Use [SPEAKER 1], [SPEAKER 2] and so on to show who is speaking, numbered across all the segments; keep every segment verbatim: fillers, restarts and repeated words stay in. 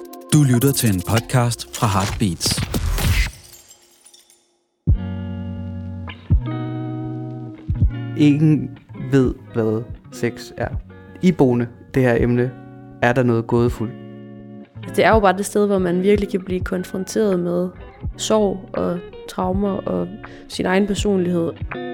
[SPEAKER 1] Du lytter til en podcast fra Heartbeats.
[SPEAKER 2] Ingen ved, hvad sex er. Iboende det her emne, er der noget gådefuldt.
[SPEAKER 3] Det er jo bare det sted, hvor man virkelig kan blive konfronteret med sorg og traumer og sin egen personlighed.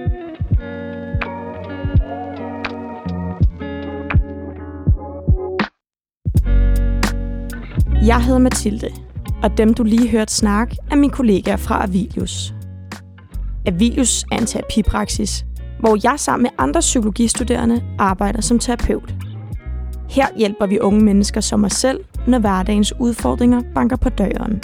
[SPEAKER 4] Jeg hedder Mathilde, og dem du lige hørte snak er mine kollegaer fra Avilius. Avilius er en terapipraksis, hvor jeg sammen med andre psykologistuderende arbejder som terapeut. Her hjælper vi unge mennesker som os selv, når hverdagens udfordringer banker på døren.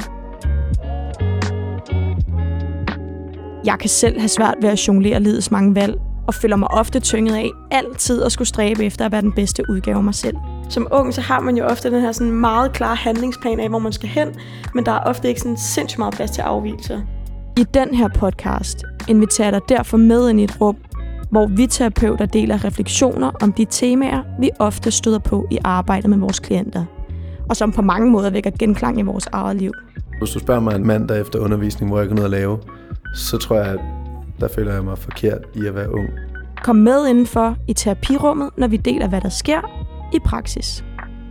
[SPEAKER 4] Jeg kan selv have svært ved at jonglere livets mange valg, og føler mig ofte tynget af altid at skulle stræbe efter at være den bedste udgave af mig selv. Som ung, så har man jo ofte den her sådan meget klare handlingsplan af, hvor man skal hen, men der er ofte ikke sådan sindssygt meget plads til afvigelser. I den her podcast inviterer jeg dig derfor med ind i et rum, hvor vi terapeuter deler refleksioner om de temaer, vi ofte støder på i arbejdet med vores klienter, og som på mange måder vækker genklang i vores eget liv.
[SPEAKER 5] Hvis du spørger mig en mandag efter undervisning, hvor jeg ikke har noget at lave, så tror jeg, at der føler jeg mig forkert i at være ung.
[SPEAKER 4] Kom med indenfor i terapirummet, når vi deler, hvad der sker i praksis.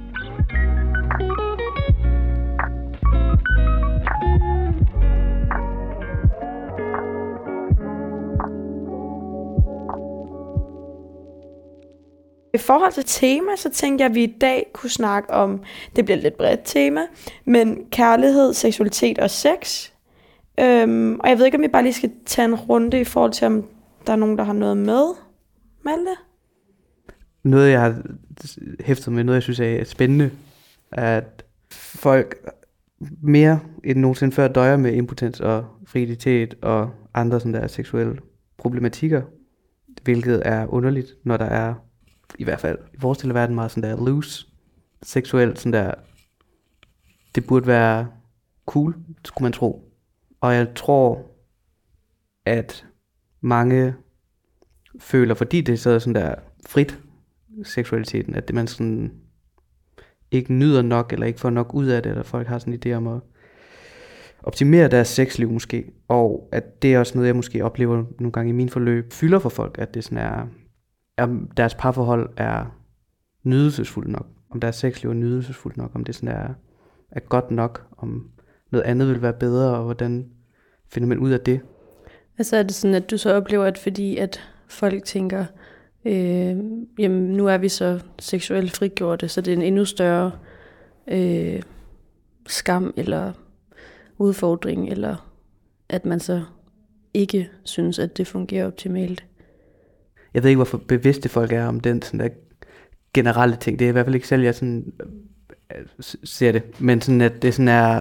[SPEAKER 4] I forhold til tema, så tænker jeg, at vi i dag kunne snakke om, det bliver et lidt bredt tema, men kærlighed, seksualitet og sex. Øhm, og jeg ved ikke, om vi bare lige skal tage en runde i forhold til, om der er nogen, der har noget med. Malte?
[SPEAKER 2] Noget, jeg har hæftet med, noget, jeg synes er spændende, er, at folk mere end nogensinde før døjer med impotens og frigilitet og andre sådan der seksuelle problematikker, hvilket er underligt, når der er, i hvert fald i vores del af verden, meget sådan der loose, seksuelt sådan der, det burde være cool, skulle man tro. Og jeg tror, at mange føler, fordi det er sådan der frit, seksualiteten, at det man sådan ikke nyder nok, eller ikke får nok ud af det, eller folk har sådan en idé om at optimere deres sexliv måske, og at det er også noget, jeg måske oplever nogle gange i min forløb, fylder for folk, at det sådan er, om deres parforhold er nydelsesfuldt nok, om deres sexliv er nydelsesfuldt nok, om det sådan er, er godt nok, om noget andet vil være bedre, og hvordan finder man ud af det?
[SPEAKER 3] Altså er det sådan, at du så oplever, at fordi at folk tænker, øh, jamen nu er vi så seksuelt frigjorte, så det er en endnu større øh, skam eller udfordring, eller at man så ikke synes, at det fungerer optimalt.
[SPEAKER 2] Jeg ved ikke, hvorfor bevidste folk er om den sådan der generelle ting. Det er i hvert fald ikke selv, jeg sådan øh, ser det, men sådan at det sådan er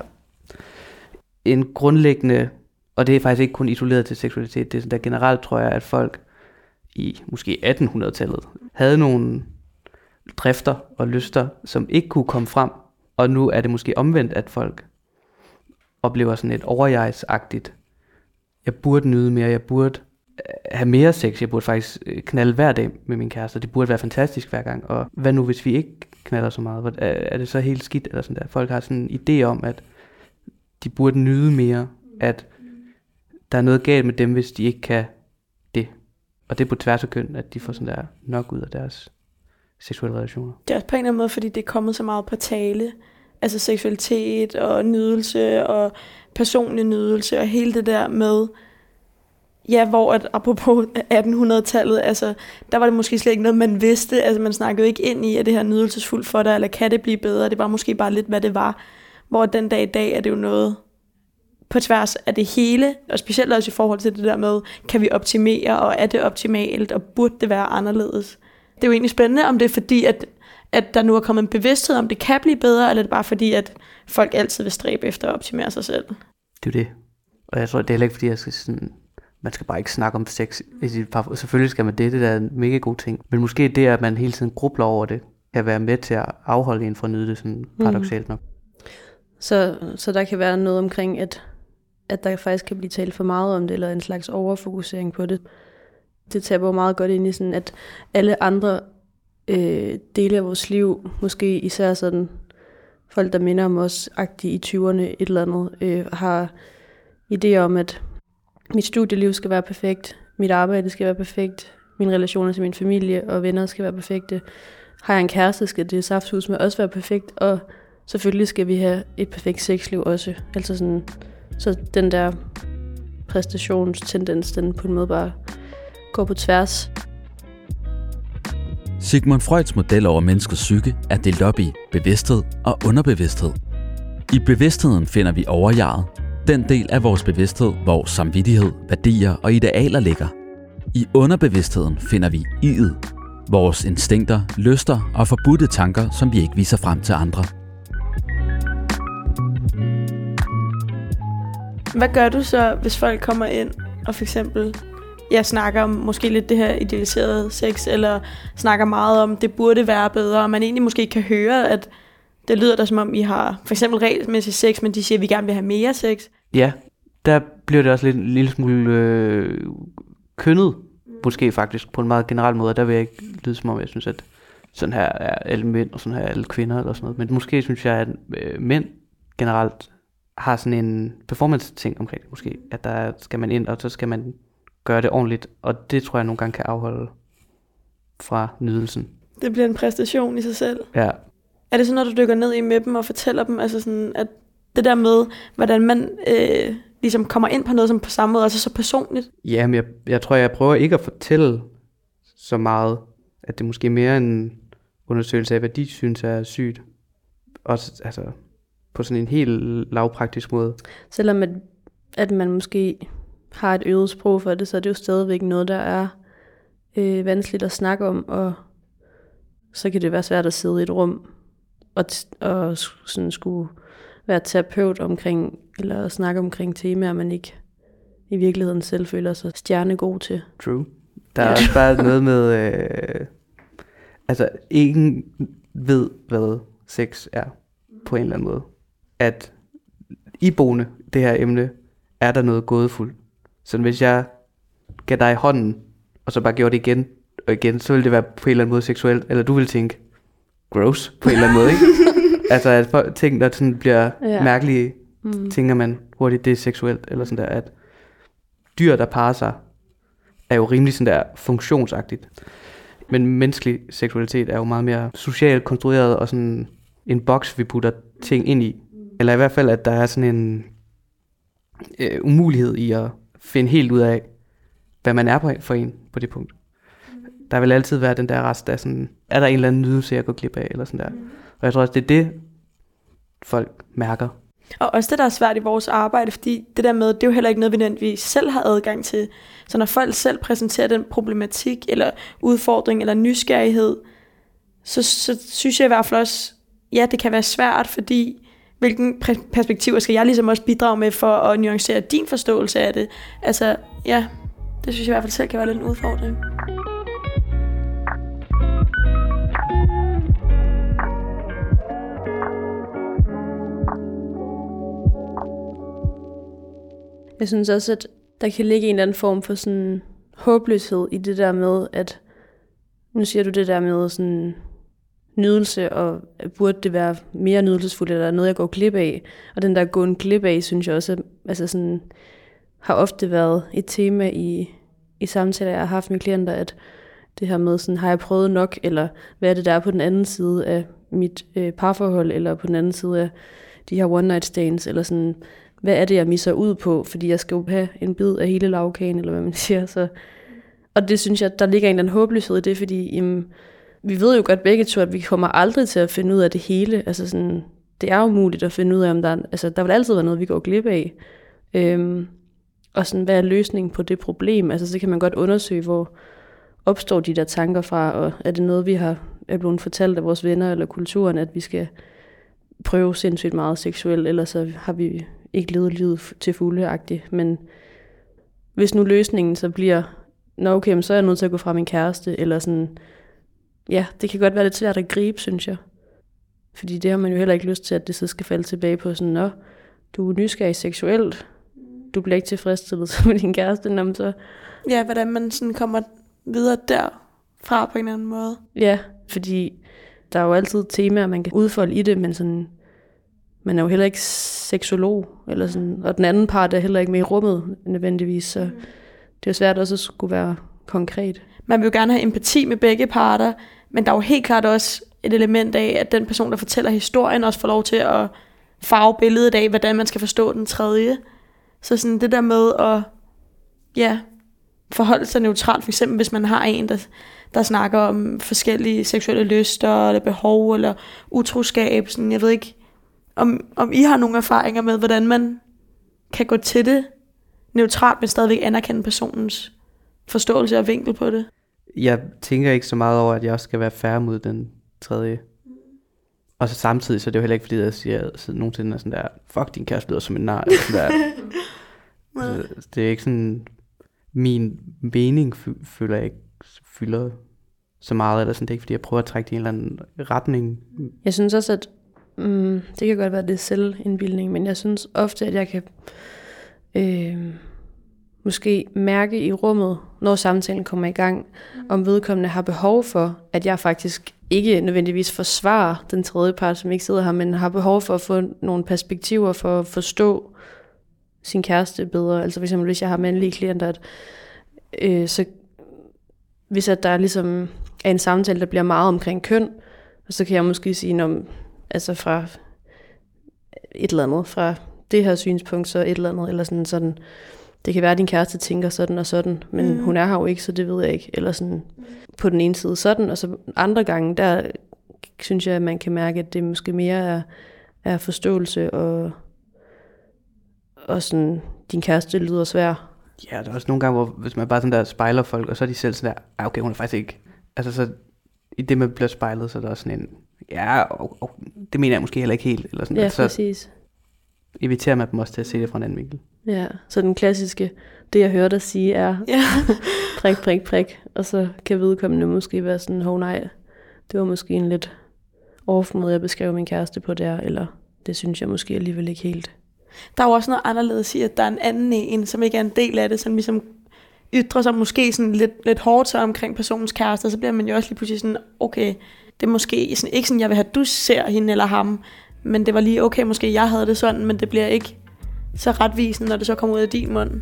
[SPEAKER 2] en grundlæggende, og det er faktisk ikke kun isoleret til seksualitet, det er sådan der generelt, tror jeg, at folk i måske attenhundredetallet havde nogle drifter og lyster, som ikke kunne komme frem, og nu er det måske omvendt, at folk oplever sådan et overjegsagtigt, jeg burde nyde mere, jeg burde have mere sex, jeg burde faktisk knalde hver dag med min kæreste, det burde være fantastisk hver gang, og hvad nu hvis vi ikke knaller så meget, er det så helt skidt, eller sådan der? Folk har sådan en idé om, at de burde nyde mere, at der er noget galt med dem, hvis de ikke kan det. Og det er på tværs af køn, at de får sådan der nok ud af deres seksuelle relationer.
[SPEAKER 4] Det er også på en eller anden måde, fordi det er kommet så meget på tale. Altså seksualitet og nydelse og personlig nydelse og hele det der med, ja, hvor at apropos attenhundredetallet, altså der var det måske slet ikke noget, man vidste. Altså man snakkede ikke ind i, at det her nydelsesfuldt for dig, eller kan det blive bedre? Det var måske bare lidt, hvad det var. Hvor den dag i dag er det jo noget på tværs af det hele, og specielt også i forhold til det der med, kan vi optimere, og er det optimalt, og burde det være anderledes? Det er jo egentlig spændende, om det er fordi, at, at der nu er kommet en bevidsthed om, det kan blive bedre, eller er det bare fordi, at folk altid vil stræbe efter at optimere sig selv?
[SPEAKER 2] Det er jo det. Og jeg tror, det er heller ikke fordi, jeg skal sådan, man skal bare ikke snakke om sex i sit par. Selvfølgelig skal man det, det er en mega god ting. Men måske det, at man hele tiden grubler over det, kan være med til at afholde en fra at nyde det, sådan paradoksalt nok.
[SPEAKER 3] Så, så der kan være noget omkring, at, at der faktisk kan blive talt for meget om det, eller en slags overfokusering på det. Det taber meget godt ind i sådan, at alle andre øh, dele af vores liv, måske især sådan folk, der minder om os, agtige i tyverne, et eller andet, øh, har idéer om, at mit studieliv skal være perfekt, mit arbejde skal være perfekt, mine relationer til min familie og venner skal være perfekte. Har jeg en kæreste, skal det safthus med også være perfekt, og selvfølgelig skal vi have et perfekt sexliv også. Altså sådan, så den der præstationstendens, den på en måde bare går på tværs.
[SPEAKER 1] Sigmund Freuds model over menneskets psyke er delt op i bevidsthed og underbevidsthed. I bevidstheden finder vi overjeget, den del af vores bevidsthed, hvor samvittighed, værdier og idealer ligger. I underbevidstheden finder vi idet, vores instinkter, lyster og forbudte tanker, som vi ikke viser frem til andre.
[SPEAKER 4] Hvad gør du så, hvis folk kommer ind og for eksempel jeg snakker om måske lidt det her idealiserede sex, eller snakker meget om, det burde være bedre, og man egentlig måske kan høre, at det lyder der som om, I har for eksempel regelmæssig sex, men de siger, at vi gerne vil have mere sex?
[SPEAKER 2] Ja, der bliver det også lidt, en lille smule øh, kønnet, måske faktisk, på en meget generel måde. Der vil jeg ikke lyde som om, jeg synes, at sådan her er alle mænd, og sådan her er alle kvinder, eller sådan noget. Men måske synes jeg, at øh, mænd generelt har sådan en performance-ting omkring det, måske. At der skal man ind, og så skal man gøre det ordentligt, og det tror jeg nogle gange kan afholde fra nydelsen.
[SPEAKER 4] Det bliver en præstation i sig selv.
[SPEAKER 2] Ja.
[SPEAKER 4] Er det sådan, når du dykker ned i med dem og fortæller dem, altså sådan, at det der med, hvordan man øh, ligesom kommer ind på noget som på samme måde, altså så personligt?
[SPEAKER 2] Ja, men jeg, jeg tror, jeg prøver ikke at fortælle så meget, at det måske er mere en undersøgelse af, hvad de synes er sygt. Også altså, på sådan en helt lavpraktisk måde.
[SPEAKER 3] Selvom at, at man måske har et øget sprog for det, så er det jo stadigvæk noget, der er øh, vanskeligt at snakke om, og så kan det være svært at sidde i et rum og, t- og sådan skulle være terapeut omkring, eller snakke omkring temaer, man ikke i virkeligheden selv føler sig stjernegod til.
[SPEAKER 2] True. Der er også bare noget med, øh, altså ingen ved, hvad sex er, på en eller anden måde. At iboende det her emne, er der noget gådefuldt. Så hvis jeg gav dig hånden, og så bare gjorde det igen og igen, så ville det være på en eller anden måde seksuelt. Eller du ville tænke, gross, på en eller anden måde, ikke? Altså, at ting, der sådan bliver ja. mærkelige, mm. tænker man hurtigt, det er seksuelt. Eller sådan der, at dyr, der parer sig, er jo rimelig sådan der funktionsagtigt. Men menneskelig seksualitet er jo meget mere socialt konstrueret, og sådan en boks, vi putter ting ind i. Eller i hvert fald, at der er sådan en øh, umulighed i at finde helt ud af, hvad man er på for en på det punkt. Der vil altid være den der rest af sådan, er der en eller anden nydelse, jeg går glip af, eller sådan der. Og jeg tror også, det er det, folk mærker.
[SPEAKER 4] Og også det, der er svært i vores arbejde, fordi det der med, det er jo heller ikke noget, vi nødvendigvis selv har adgang til. Så når folk selv præsenterer den problematik, eller udfordring, eller nysgerrighed, så, så synes jeg i hvert fald også, ja, det kan være svært, fordi hvilken perspektiver skal jeg ligesom også bidrage med for at nuancere din forståelse af det. Altså, ja, det synes jeg i hvert fald selv kan være lidt en udfordring.
[SPEAKER 3] Jeg synes også, at der kan ligge en eller anden form for sådan håbløshed i det der med, at nu siger du det der med sådan nydelse, og burde det være mere nydelsesfuldt, eller noget, jeg går glip af. Og den der gåen glip af, synes jeg også, altså sådan, har ofte været et tema i, i samtaler, jeg har haft med klienter, at det her med, sådan, har jeg prøvet nok, eller hvad er det, der er på den anden side af mit øh, parforhold, eller på den anden side af de her one night stands, eller sådan, hvad er det, jeg misser ud på, fordi jeg skal jo have en bid af hele lavkagen, eller hvad man siger. Så. Og det synes jeg, der ligger en eller anden håbløshed i det, fordi jamen, vi ved jo godt begge to, at vi kommer aldrig til at finde ud af det hele. Altså sådan, det er jo muligt at finde ud af, om der er, altså der vil altid være noget, vi går glip af. Øhm, og sådan, hvad er løsningen på det problem? Altså så kan man godt undersøge, hvor opstår de der tanker fra, og er det noget, vi har er blevet fortalt af vores venner eller kulturen, at vi skal prøve sindssygt meget seksuelt, ellers så har vi ikke levet livet til fulde-agtigt. Men hvis nu løsningen så bliver, nå okay, så er jeg nødt til at gå fra min kæreste, eller sådan, ja, det kan godt være lidt svært at gribe, synes jeg. Fordi det har man jo heller ikke lyst til, at det så skal falde tilbage på sådan, nå, du er nysgerrig seksuelt, du bliver ikke tilfredsstillet med din kæreste, jamen så.
[SPEAKER 4] Ja, hvordan man sådan kommer videre derfra på en eller anden måde.
[SPEAKER 3] Ja, fordi der er jo altid temaer, man kan udfolde i det, men sådan, man er jo heller ikke seksolog, eller sådan, og den anden part er heller ikke med i rummet nødvendigvis, så det er jo svært også at skulle være konkret.
[SPEAKER 4] Man vil jo gerne have empati med begge parter, men der er jo helt klart også et element af, at den person, der fortæller historien, også får lov til at farve billedet af, hvordan man skal forstå den tredje. Så sådan det der med at ja, forholde sig neutralt, for eksempel hvis man har en, der, der snakker om forskellige seksuelle lyster, eller behov, eller utroskab, sådan, jeg ved ikke, om, om I har nogle erfaringer med, hvordan man kan gå til det neutralt, men stadigvæk anerkende personens forståelse og vinkel på det.
[SPEAKER 2] Jeg tænker ikke så meget over, at jeg også skal være fair mod den tredje. Og så samtidig, så er det jo heller ikke fordi, at jeg siger så nogensinde er sådan der, fuck, din kæreste lyder som en nar. Sådan der. Så det er ikke sådan, min mening fy- føler jeg ikke fylder så meget, eller sådan, det er ikke fordi, jeg prøver at trække det i en eller anden retning.
[SPEAKER 3] Jeg synes også, at mm, det kan godt være, det er selvindbildning, men jeg synes ofte, at jeg kan øh, måske mærke i rummet, når samtalen kommer i gang, om vedkommende har behov for, at jeg faktisk ikke nødvendigvis forsvarer den tredje part, som ikke sidder her, men har behov for at få nogle perspektiver for at forstå sin kæreste bedre. Altså for eksempel, hvis jeg har mandlige klienter, at, øh, så hvis at der ligesom er en samtale, der bliver meget omkring køn, så kan jeg måske sige, om, altså fra et eller andet, fra det her synspunkt, så et eller andet, eller sådan, sådan det kan være, at din kæreste tænker sådan og sådan, men mm. hun er her jo ikke, så det ved jeg ikke. Eller sådan på den ene side sådan, og så andre gange, der synes jeg, at man kan mærke, at det måske mere er, er forståelse, og, og sådan, din kæreste lyder svær.
[SPEAKER 2] Ja, der er også nogle gange, hvor hvis man bare sådan der spejler folk, og så er de selv sådan der, ah, okay, hun er faktisk ikke. Altså så, i det man bliver spejlet, så er der også sådan en, ja, og, og, det mener jeg måske heller ikke helt. Eller sådan,
[SPEAKER 3] ja,
[SPEAKER 2] så
[SPEAKER 3] præcis.
[SPEAKER 2] Inviterer man dem også til at se det fra en anden vinkel.
[SPEAKER 3] Ja, så den klassiske, det jeg hører dig sige er,
[SPEAKER 4] ja.
[SPEAKER 3] prik, prik, prik, og så kan vedkommende måske være sådan, hov nej, det var måske en lidt off måde, jeg beskrev min kæreste på der, eller det synes jeg måske alligevel ikke helt.
[SPEAKER 4] Der er jo også noget anderledes i, at der er en anden en, som ikke er en del af det, som ligesom ytrer sig måske sådan lidt, lidt hårdt så omkring personens kæreste, og så bliver man jo også lige pludselig sådan, okay, det er måske sådan, ikke sådan, jeg vil have, at du ser hende eller ham, men det var lige okay, måske jeg havde det sådan, men det bliver ikke så retvisende, når det så kommer ud af din mund.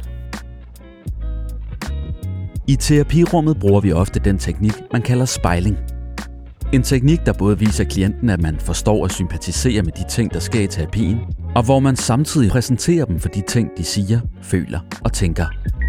[SPEAKER 1] I terapirummet bruger vi ofte den teknik, man kalder spejling. En teknik, der både viser klienten, at man forstår og sympatiserer med de ting, der sker i terapien, og hvor man samtidig præsenterer dem for de ting, de siger, føler og tænker.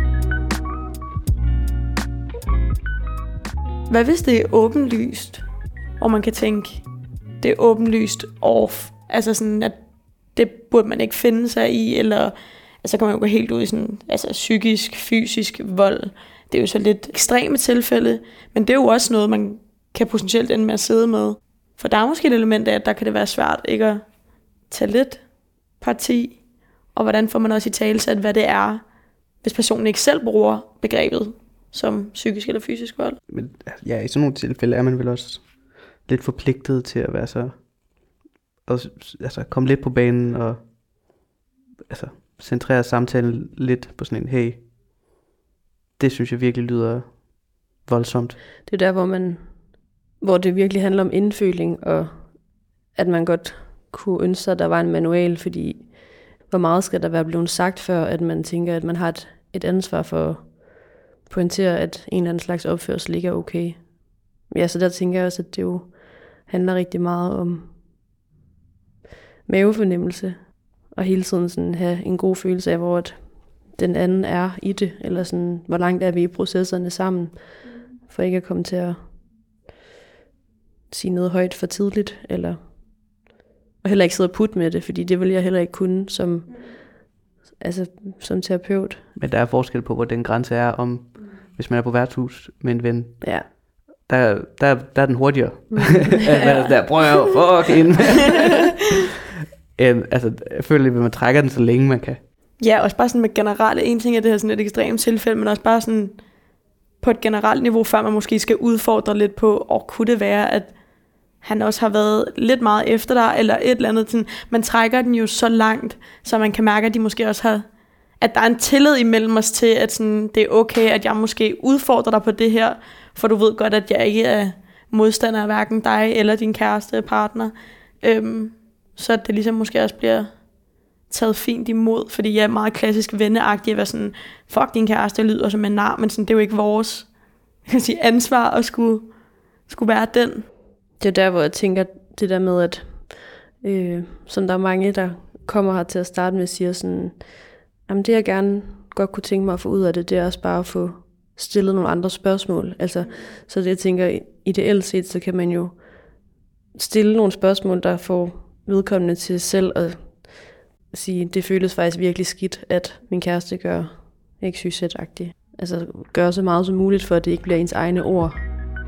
[SPEAKER 4] Hvad hvis det er åbenlyst, og man kan tænke, det er åbenlyst off, altså sådan, at det burde man ikke finde sig i, eller altså kan man jo gå helt ud i sådan, altså psykisk, fysisk vold. Det er jo så lidt ekstreme tilfælde, men det er jo også noget, man kan potentielt ende med at sidde med. For der er måske et element af, at der kan det være svært ikke at tage lidt parti, og hvordan får man også i talesat, hvad det er, hvis personen ikke selv bruger begrebet som psykisk eller fysisk vold.
[SPEAKER 2] Men ja, i sådan nogle tilfælde er man vel også lidt forpligtet til at være så, og, altså komme lidt på banen og altså centrere samtalen lidt på sådan en, hey, det synes jeg virkelig lyder voldsomt.
[SPEAKER 3] Det er der, hvor man, hvor det virkelig handler om indføling, og at man godt kunne ønske sig, at der var en manual, fordi hvor meget skal der være blevet sagt før, at man tænker, at man har et, et ansvar for at pointere, at en eller anden slags opførsel ikke er okay. Ja, så der tænker jeg også, at det jo handler rigtig meget om mavefornemmelse, og hele tiden sådan have en god følelse af, hvor den anden er i det, eller sådan, hvor langt er vi i processerne sammen, for ikke at komme til at sige noget højt for tidligt, eller og heller ikke sidde og putte med det, fordi det vil jeg heller ikke kunne som, altså, som terapeut.
[SPEAKER 2] Men der er forskel på, hvor den grænse er, om hvis man er på værtshus med en ven.
[SPEAKER 3] Ja.
[SPEAKER 2] Der, der, der er den hurtigere. Mm. der, der prøver jeg jo, fuck ind. altså, jeg føler, at man trækker den så længe man kan.
[SPEAKER 4] Ja, også bare sådan med generelle, en ting er det her sådan et ekstremt tilfælde, men også bare sådan på et generelt niveau, før man måske skal udfordre lidt på, og kunne det være, at han også har været lidt meget efter dig, eller et eller andet. Sådan, man trækker den jo så langt, så man kan mærke, at de måske også har, at der er en tillid imellem os til, at sådan, det er okay, at jeg måske udfordrer dig på det her, for du ved godt, at jeg ikke er modstander af hverken dig eller din kæreste partner. Øhm, så det ligesom måske også bliver taget fint imod, fordi jeg er meget klassisk venneagtig at være sådan, fuck din kæreste lyder som en nar, men sådan, det er jo ikke vores jeg kan sige, ansvar at skulle, skulle være den.
[SPEAKER 3] Det er der, hvor jeg tænker det der med, at øh, som der er mange, der kommer her til at starte med og siger sådan, jamen det jeg gerne godt kunne tænke mig at få ud af det, det er også bare at få stillet nogle andre spørgsmål. Altså, så det jeg tænker, ideelt set, så kan man jo stille nogle spørgsmål, der får vedkommende til selv at sige, det føles faktisk virkelig skidt, at min kæreste gør ikke sygsætagtigt. Altså gør så meget som muligt, for at det ikke bliver ens egne ord.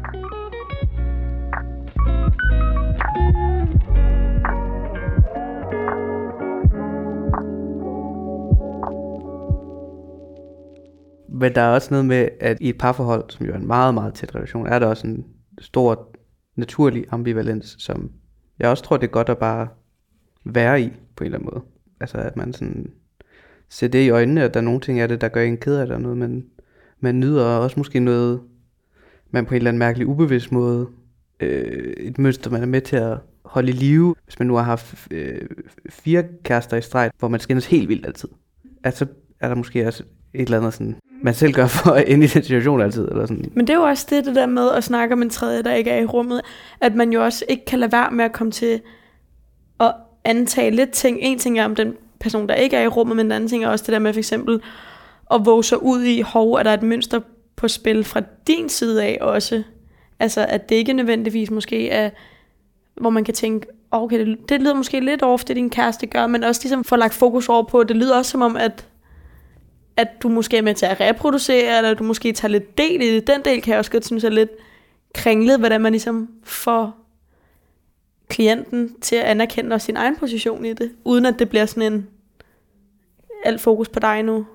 [SPEAKER 2] Men der er også noget med, at i et parforhold, som jo er en meget, meget tæt relation, er der også en stor naturlig ambivalens, som jeg også tror, det er godt at bare være i på en eller anden måde. Altså at man sådan ser det i øjnene, at der er nogle ting af det, der gør en ked af det, og noget man, man nyder, og også måske noget, man på en eller anden mærkelig ubevidst måde, øh, et mønster, man er med til at holde i live, hvis man nu har haft øh, fire kærester i streg, hvor man skændes helt vildt altid. Altså er der måske også et eller andet sådan, man selv gør for at ende i den situation altid. Eller sådan.
[SPEAKER 4] Men det er jo også det, det der med at snakke om en tredje, der ikke er i rummet, at man jo også ikke kan lade være med at komme til at antage lidt ting. En ting er om den person, der ikke er i rummet, men den anden ting er også det der med for eksempel at våge sig ud i, hov, at der er et mønster på spil fra din side af også. Altså, at det ikke nødvendigvis måske er, hvor man kan tænke, okay, det, det lyder måske lidt over, det din kæreste gør, men også ligesom få lagt fokus over på, det lyder også som om, at at du måske er med til at reproducere, eller du måske tager lidt del i det. Den del kan jeg også godt synes er lidt kringlet, hvordan man ligesom får klienten til at anerkende også sin egen position i det, uden at det bliver sådan en alt fokus på dig nu.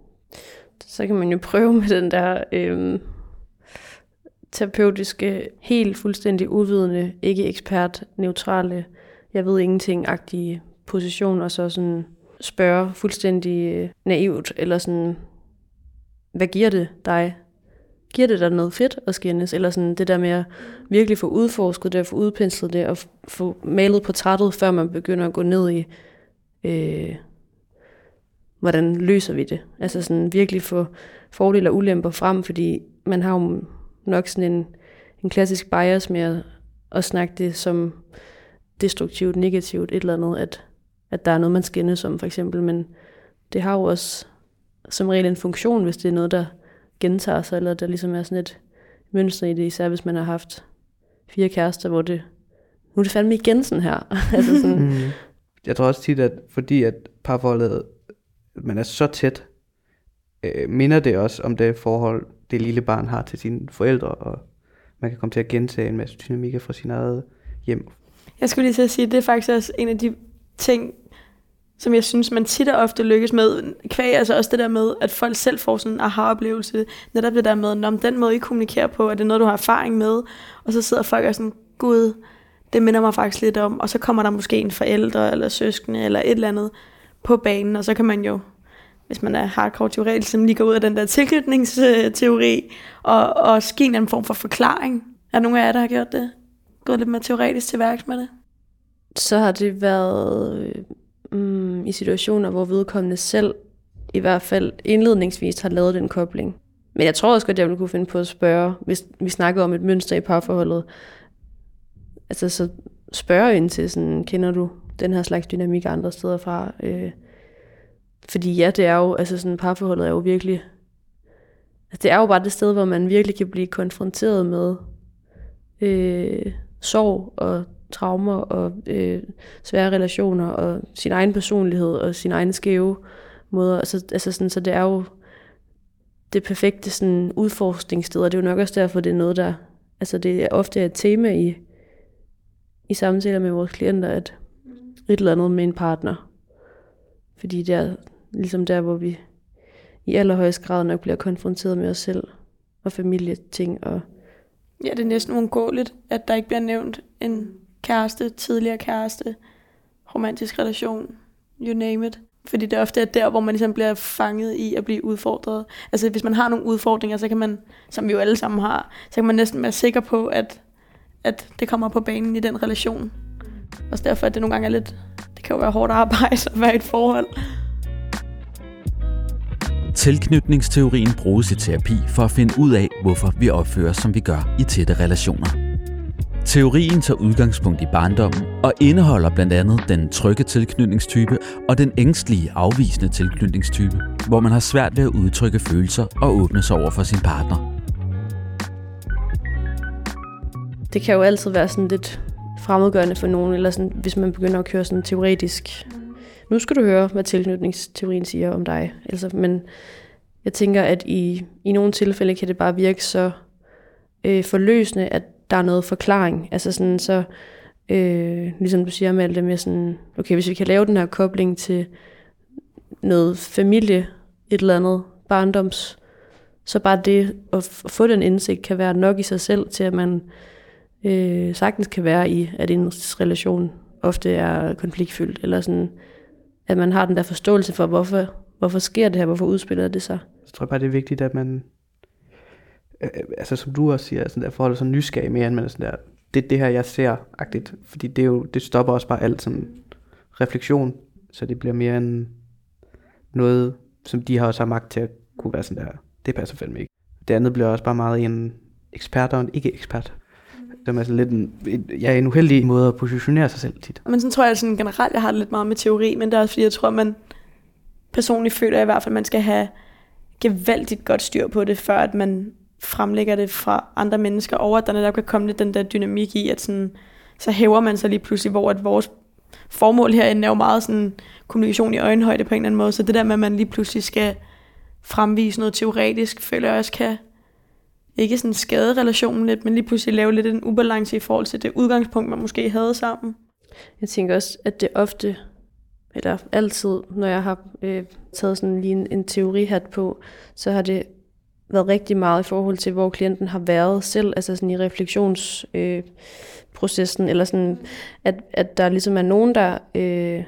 [SPEAKER 3] Så kan man jo prøve med den der øh, terapeutiske, helt fuldstændig uvidende, ikke ekspert, neutrale, jeg ved ingenting-agtige position, og så sådan spørge fuldstændig naivt, eller sådan, hvad giver det dig? Giver det dig noget fedt at skændes? Eller sådan det der med at virkelig få udforsket det, at få udpenslet det, og få malet portrættet, før man begynder at gå ned i, øh, hvordan løser vi det? Altså sådan virkelig få fordele og ulemper frem, fordi man har jo nok sådan en, en klassisk bias med at, at snakke det som destruktivt, negativt, et eller andet, at at der er noget, man skændes om, for eksempel, men det har jo også som regel en funktion, hvis det er noget, der gentager sig, eller der ligesom er sådan et mønster i det, især hvis man har haft fire kærester, hvor det, nu er det fandme igen sådan her. altså sådan.
[SPEAKER 2] Mm. Jeg tror også tit, at fordi at parforholdet, man er så tæt, øh, minder det også om det forhold, det lille barn har til sine forældre, og man kan komme til at gentage en masse dynamikker fra sin eget hjem.
[SPEAKER 4] Jeg skulle lige til at sige, at det er faktisk også en af de ting, som jeg synes, man tit og ofte lykkes med, kvæg altså også det der med, at folk selv får sådan en aha-oplevelse, netop det der med, om den måde I kommunikerer på, er det noget, du har erfaring med, og så sidder folk og sådan, gud, det minder mig faktisk lidt om, og så kommer der måske en forælder, eller søskende, eller et eller andet på banen, og så kan man jo, hvis man er hardcore teoretisk, lige gå ud af den der tilknytningsteori, og, og ske en form for forklaring. Er der nogen af jer, der har gjort det? Gået lidt mere teoretisk til værks med det?
[SPEAKER 3] Så har det været øh, i situationer, hvor vedkommende selv i hvert fald indledningsvis har lavet den kobling. Men jeg tror også godt, jeg ville kunne finde på at spørge, hvis vi snakker om et mønster i parforholdet. Altså så spørge ind til, sådan, kender du den her slags dynamik andre steder fra? Øh, fordi ja, det er jo, altså sådan parforholdet er jo virkelig, altså det er jo bare det sted, hvor man virkelig kan blive konfronteret med øh, sorg og traumer og øh, svære relationer og sin egen personlighed og sin egen skæve måder. Altså, altså sådan, så det er jo det perfekte sådan, udforskningssted, og det er jo nok også derfor, det er noget, der, altså det er ofte et tema i, i samtaler med vores klienter, at et eller andet med en partner. Fordi det er ligesom der, hvor vi i allerhøjeste grad nok bliver konfronteret med os selv og familieting. Og
[SPEAKER 4] ja, det er næsten uundgåeligt, at der ikke bliver nævnt en kæreste, tidligere kæreste, romantisk relation, you name it. Fordi det ofte er der, hvor man ligesom bliver fanget i at blive udfordret. Altså hvis man har nogle udfordringer, så kan man, som vi jo alle sammen har, så kan man næsten være sikker på, at, at det kommer på banen i den relation. Også derfor, at det nogle gange er lidt, det kan jo være hårdt arbejde at være i et forhold.
[SPEAKER 1] Tilknytningsteorien bruges i terapi for at finde ud af, hvorfor vi opfører, som vi gør i tætte relationer. Teorien tager udgangspunkt i barndommen og indeholder blandt andet den trygge tilknytningstype og den ængstlige afvisende tilknytningstype, hvor man har svært ved at udtrykke følelser og åbne sig over for sin partner.
[SPEAKER 3] Det kan jo altid være sådan lidt fremmedgørende for nogen, eller sådan, hvis man begynder at køre sådan teoretisk. Nu skal du høre, hvad tilknytningsteorien siger om dig. Altså, men jeg tænker, at i, i nogle tilfælde kan det bare virke så øh, forløsende, at der er noget forklaring. Altså sådan så, øh, ligesom du siger med alt det med sådan, okay, hvis vi kan lave den her kobling til noget familie, et eller andet barndoms, så bare det at få den indsigt kan være nok i sig selv til, at man øh, sagtens kan være i, at ens relation ofte er konfliktfyldt, eller sådan, at man har den der forståelse for, hvorfor, hvorfor sker det her, hvorfor udspiller det sig.
[SPEAKER 2] Jeg tror bare, det er vigtigt, at man, øh, altså som du også siger, sådan der forhold så nysgerrig mere, end man er sådan der, det er det her, jeg ser-agtigt, fordi det, er jo, det stopper også bare alt sådan refleksion, så det bliver mere en noget, som de har også har magt til at kunne være sådan der, det passer fandme ikke. Det andet bliver også bare meget en ekspert og en ikke-ekspert. Det er sådan lidt en, ja, en uheldig måde at positionere sig selv tit.
[SPEAKER 4] Men sådan tror jeg sådan generelt, jeg har det lidt meget med teori, men det er også fordi, jeg tror, man personligt føler i hvert fald, at man skal have gevaldigt godt styr på det, før at man fremlægger det fra andre mennesker, og at der netop kan komme lidt den der dynamik i, at sådan, så hæver man sig lige pludselig, hvor at vores formål herinde er jo meget sådan kommunikation i øjenhøjde på en eller anden måde, så det der med, at man lige pludselig skal fremvise noget teoretisk, føler jeg også kan ikke sådan skade relationen lidt, men lige pludselig lave lidt en ubalance i forhold til det udgangspunkt, man måske havde sammen.
[SPEAKER 3] Jeg tænker også, at det ofte, eller altid, når jeg har øh, taget sådan lige en, en teorihat på, så har det været rigtig meget i forhold til, hvor klienten har været selv, altså sådan i refleksionsprocessen, øh, eller sådan, at, at der ligesom er nogen, der øh,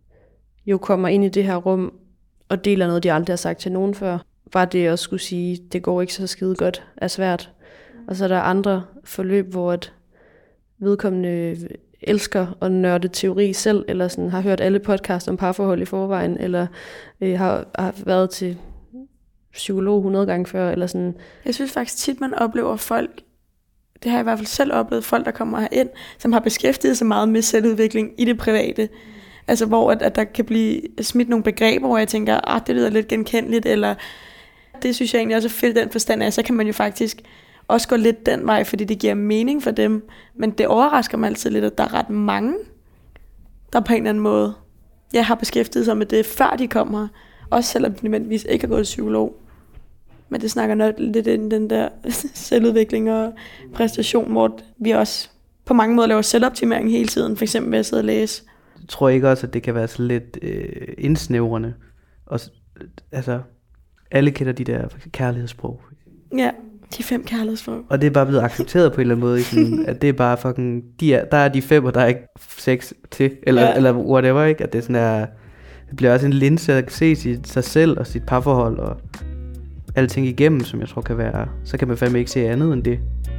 [SPEAKER 3] jo kommer ind i det her rum, og deler noget, de aldrig har sagt til nogen før. Bare det at skulle sige, det går ikke så skide godt, er svært. Og så er der andre forløb, hvor at vedkommende elsker at nørde teori selv, eller sådan, har hørt alle podcasts om parforhold i forvejen, eller øh, har, har været til psykolog hundrede gange før, eller sådan.
[SPEAKER 4] Jeg synes faktisk tit, man oplever folk, det har jeg i hvert fald selv oplevet, folk, der kommer herind, som har beskæftiget sig meget med selvudvikling i det private. Altså hvor at, at der kan blive smidt nogle begreber, hvor jeg tænker, ah, det lyder lidt genkendeligt, eller det synes jeg egentlig også er fedt den forstand af, så kan man jo faktisk også gå lidt den vej, fordi det giver mening for dem. Men det overrasker mig altid lidt, at der er ret mange, der på en eller anden måde jeg har beskæftiget sig med det, før de kommer. Også selvom de nødvendigvis ikke har gået til psykolog. Men det snakker noget lidt ind den der selvudvikling og præstation, hvor vi også på mange måder laver selvoptimering hele tiden, for eksempel ved at sidde og læse.
[SPEAKER 2] Jeg tror ikke også, at det kan være så lidt øh, indsnævrende. Og, altså, alle kender de der kærlighedssprog.
[SPEAKER 4] Ja, de fem kærlighedssprog.
[SPEAKER 2] Og det er bare blevet accepteret på en eller anden måde, sådan, at det er bare fucking, de er, der er de fem, og der er ikke seks til, eller, ja. eller whatever, ikke? At det sådan er, det bliver også en linse at se sit, sig selv og sit parforhold og alting igennem, som jeg tror kan være, så kan man fandme ikke se andet end det.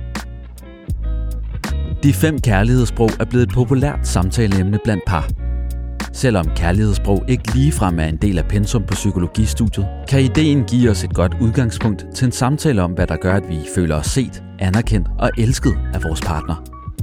[SPEAKER 1] De fem kærlighedssprog er blevet et populært samtaleemne blandt par. Selvom kærlighedssprog ikke ligefrem er en del af pensum på psykologistudiet, kan ideen give os et godt udgangspunkt til en samtale om, hvad der gør, at vi føler os set, anerkendt og elsket af vores partner.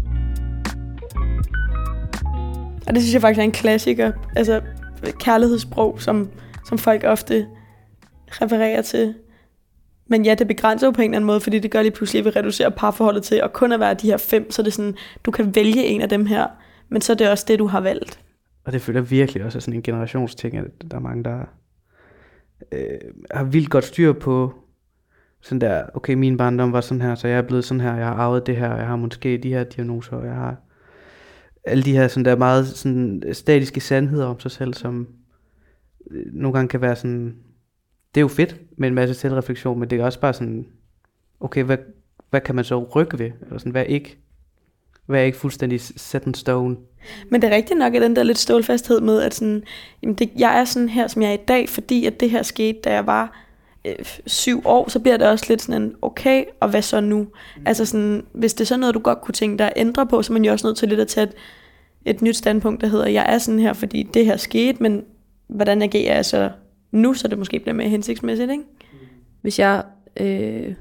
[SPEAKER 4] Og det synes jeg faktisk er en klassiker, altså kærlighedssprog, som, som folk ofte refererer til. Men ja, det begrænser jo på en eller anden måde, fordi det gør lige pludselig, at vi reducerer parforholdet til at kun at være de her fem, så det er sådan, du kan vælge en af dem her, men så er det også det, du har valgt.
[SPEAKER 2] Og det føler jeg virkelig også er sådan en generationsting, at der er mange, der øh, har vildt godt styr på sådan der, okay, min barndom var sådan her, så jeg er blevet sådan her, jeg har arvet det her, jeg har måske de her diagnoser, og jeg har alle de her sådan der meget sådan statiske sandheder om sig selv, som øh, nogle gange kan være sådan, det er jo fedt med en masse selvreflektion, men det er også bare sådan, okay, hvad, hvad kan man så rykke ved, eller sådan, hvad ikke? Hvad er ikke fuldstændig set in stone?
[SPEAKER 4] Men det er rigtigt nok, at den der lidt stålfasthed med, at sådan, jamen det, jeg er sådan her, som jeg er i dag, fordi at det her skete, da jeg var øh, syv år, så bliver det også lidt sådan en, okay, og hvad så nu? Mm. Altså sådan, hvis det er sådan noget, du godt kunne tænke dig at ændre på, så er man jo også nødt til lidt at tage et et nyt standpunkt, der hedder, jeg er sådan her, fordi det her skete, men hvordan agerer jeg så nu, så det måske bliver mere hensigtsmæssigt, ikke?
[SPEAKER 3] Hvis jeg øh,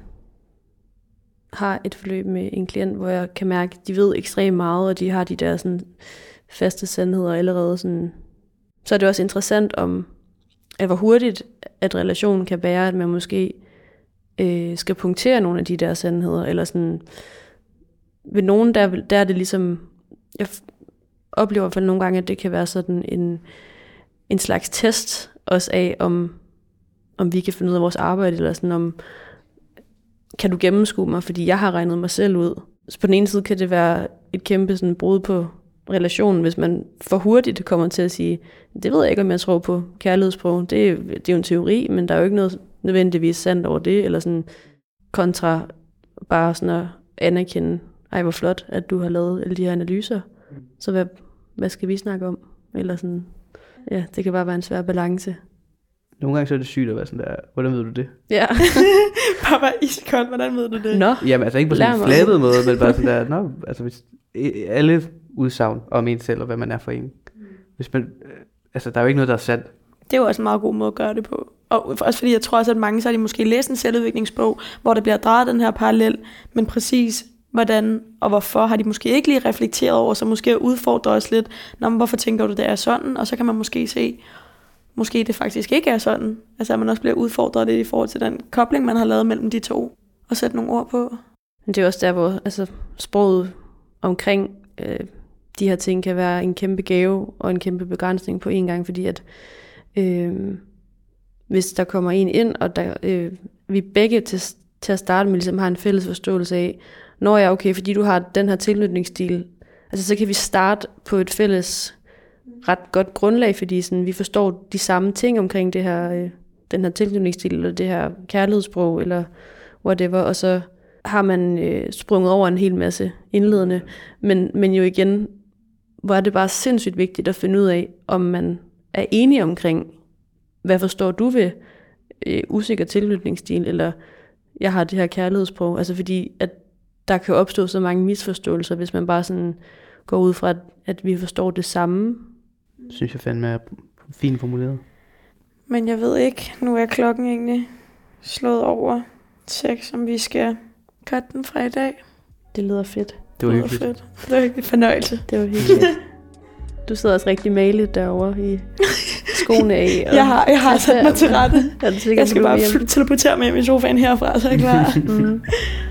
[SPEAKER 3] har et forløb med en klient, hvor jeg kan mærke, at de ved ekstremt meget, og de har de der sådan, faste sandheder allerede, sådan, så er det også interessant om, at hvor hurtigt at relationen kan bære, at man måske øh, skal punktere nogle af de der sandheder, eller sådan, ved nogen, der, der er det ligesom, jeg oplever i hvert fald nogle gange, at det kan være sådan en, en slags test også af, om, om vi kan finde ud af vores arbejde, eller sådan om, kan du gennemskue mig, fordi jeg har regnet mig selv ud. Så på den ene side kan det være et kæmpe sådan brud på relationen, hvis man for hurtigt kommer til at sige, det ved jeg ikke, om jeg tror på kærlighedssprog. Det er, det er jo en teori, men der er jo ikke noget nødvendigvis sandt over det, eller sådan kontra bare sådan at anerkende, ej hvor flot, at du har lavet alle de her analyser. Så hvad, hvad skal vi snakke om? Eller sådan, ja, det kan bare være en svær balance.
[SPEAKER 2] Nogle gange så er det sygt at være sådan der, hvordan ved du det?
[SPEAKER 3] Ja.
[SPEAKER 4] Bare bare iskold, hvordan ved du det?
[SPEAKER 3] Nå.
[SPEAKER 2] Jamen altså ikke på sådan en flattet måde, men bare sådan der, nå, altså hvis alle udsagn om en selv, og hvad man er for en. Hvis man, altså der er jo ikke noget, der er sandt.
[SPEAKER 4] Det er jo også en meget god måde at gøre det på. Og også fordi jeg tror også, at mange så har de måske læst en selvudviklingsbog, hvor der bliver drejet den her parallel, men præcis hvordan og hvorfor har de måske ikke lige reflekteret over, så måske udfordrer os lidt, nå, men hvorfor tænker du, det er sådan? Og så kan man måske se, måske det faktisk ikke er sådan. Altså at man også bliver udfordret lidt i forhold til den kobling, man har lavet mellem de to, og sætte nogle ord på.
[SPEAKER 3] Men det er også der, hvor altså, sproget omkring øh, de her ting kan være en kæmpe gave og en kæmpe begrænsning på en gang, fordi at øh, hvis der kommer en ind, og der, øh, vi begge til, til at starte med ligesom har en fælles forståelse af, når jeg er okay, fordi du har den her tilknytningsstil, altså så kan vi starte på et fælles ret godt grundlag, fordi sådan, vi forstår de samme ting omkring det her, øh, den her tilknytningsstil, eller det her kærlighedssprog, eller whatever, og så har man øh, sprunget over en hel masse indledende, men, men jo igen, hvor er det bare sindssygt vigtigt at finde ud af, om man er enige omkring, hvad forstår du ved øh, usikker tilknytningsstil, eller jeg har det her kærlighedssprog, altså fordi, at der kan opstå så mange misforståelser, hvis man bare sådan går ud fra, at, at vi forstår det samme.
[SPEAKER 2] Synes jeg fandme er fint formuleret.
[SPEAKER 4] Men jeg ved ikke, nu er klokken egentlig slået over seks, om vi skal cutte den fra i dag.
[SPEAKER 3] Det lyder fedt.
[SPEAKER 2] Det var
[SPEAKER 4] Det
[SPEAKER 2] hyggeligt.
[SPEAKER 4] var fedt. Det var hyggeligt fornøjelse.
[SPEAKER 3] Det var hyggeligt. Du sidder også rigtig malet derovre i skoene af. Og
[SPEAKER 4] Jeg har, jeg har sat mig til rette.
[SPEAKER 3] Er du sikker,
[SPEAKER 4] Jeg skal
[SPEAKER 3] på, du
[SPEAKER 4] bare
[SPEAKER 3] er hjemme?
[SPEAKER 4] teleportere mig hjem i sofaen herfra, så er jeg klar.
[SPEAKER 3] Mm.